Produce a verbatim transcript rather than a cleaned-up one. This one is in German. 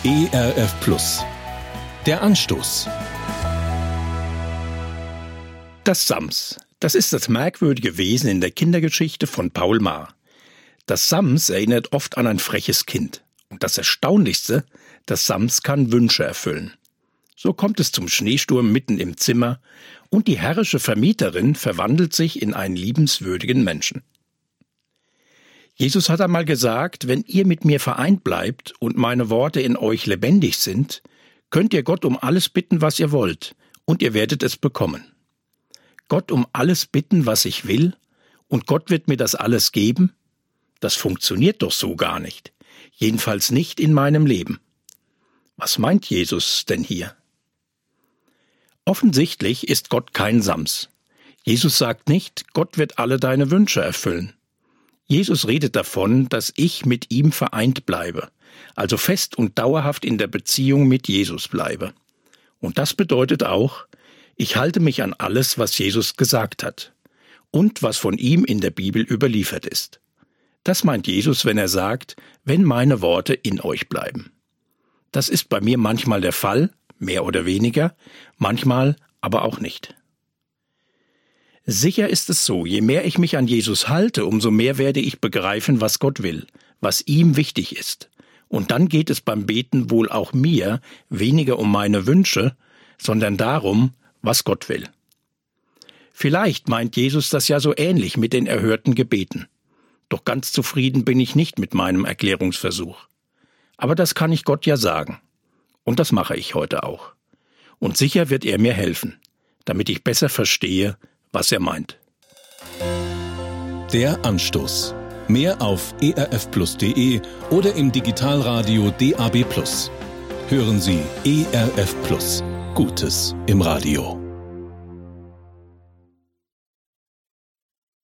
E R F Plus. Der Anstoß. Das Sams. Das ist das merkwürdige Wesen in der Kindergeschichte von Paul Maar. Das Sams erinnert oft an ein freches Kind. Und das Erstaunlichste, das Sams kann Wünsche erfüllen. So kommt es zum Schneesturm mitten im Zimmer und die herrische Vermieterin verwandelt sich in einen liebenswürdigen Menschen. Jesus hat einmal gesagt, wenn ihr mit mir vereint bleibt und meine Worte in euch lebendig sind, könnt ihr Gott um alles bitten, was ihr wollt, und ihr werdet es bekommen. Gott um alles bitten, was ich will, und Gott wird mir das alles geben? Das funktioniert doch so gar nicht. Jedenfalls nicht in meinem Leben. Was meint Jesus denn hier? Offensichtlich ist Gott kein Sams. Jesus sagt nicht, Gott wird alle deine Wünsche erfüllen. Jesus redet davon, dass ich mit ihm vereint bleibe, also fest und dauerhaft in der Beziehung mit Jesus bleibe. Und das bedeutet auch, ich halte mich an alles, was Jesus gesagt hat und was von ihm in der Bibel überliefert ist. Das meint Jesus, wenn er sagt, wenn meine Worte in euch bleiben. Das ist bei mir manchmal der Fall, mehr oder weniger, manchmal aber auch nicht. Sicher ist es so, je mehr ich mich an Jesus halte, umso mehr werde ich begreifen, was Gott will, was ihm wichtig ist. Und dann geht es beim Beten wohl auch mir weniger um meine Wünsche, sondern darum, was Gott will. Vielleicht meint Jesus das ja so ähnlich mit den erhörten Gebeten. Doch ganz zufrieden bin ich nicht mit meinem Erklärungsversuch. Aber das kann ich Gott ja sagen. Und das mache ich heute auch. Und sicher wird er mir helfen, damit ich besser verstehe, was er meint. Der Anstoß. Mehr auf e r f plus punkt d e oder im Digitalradio D A B plus. Hören Sie E R F Plus. Gutes im Radio.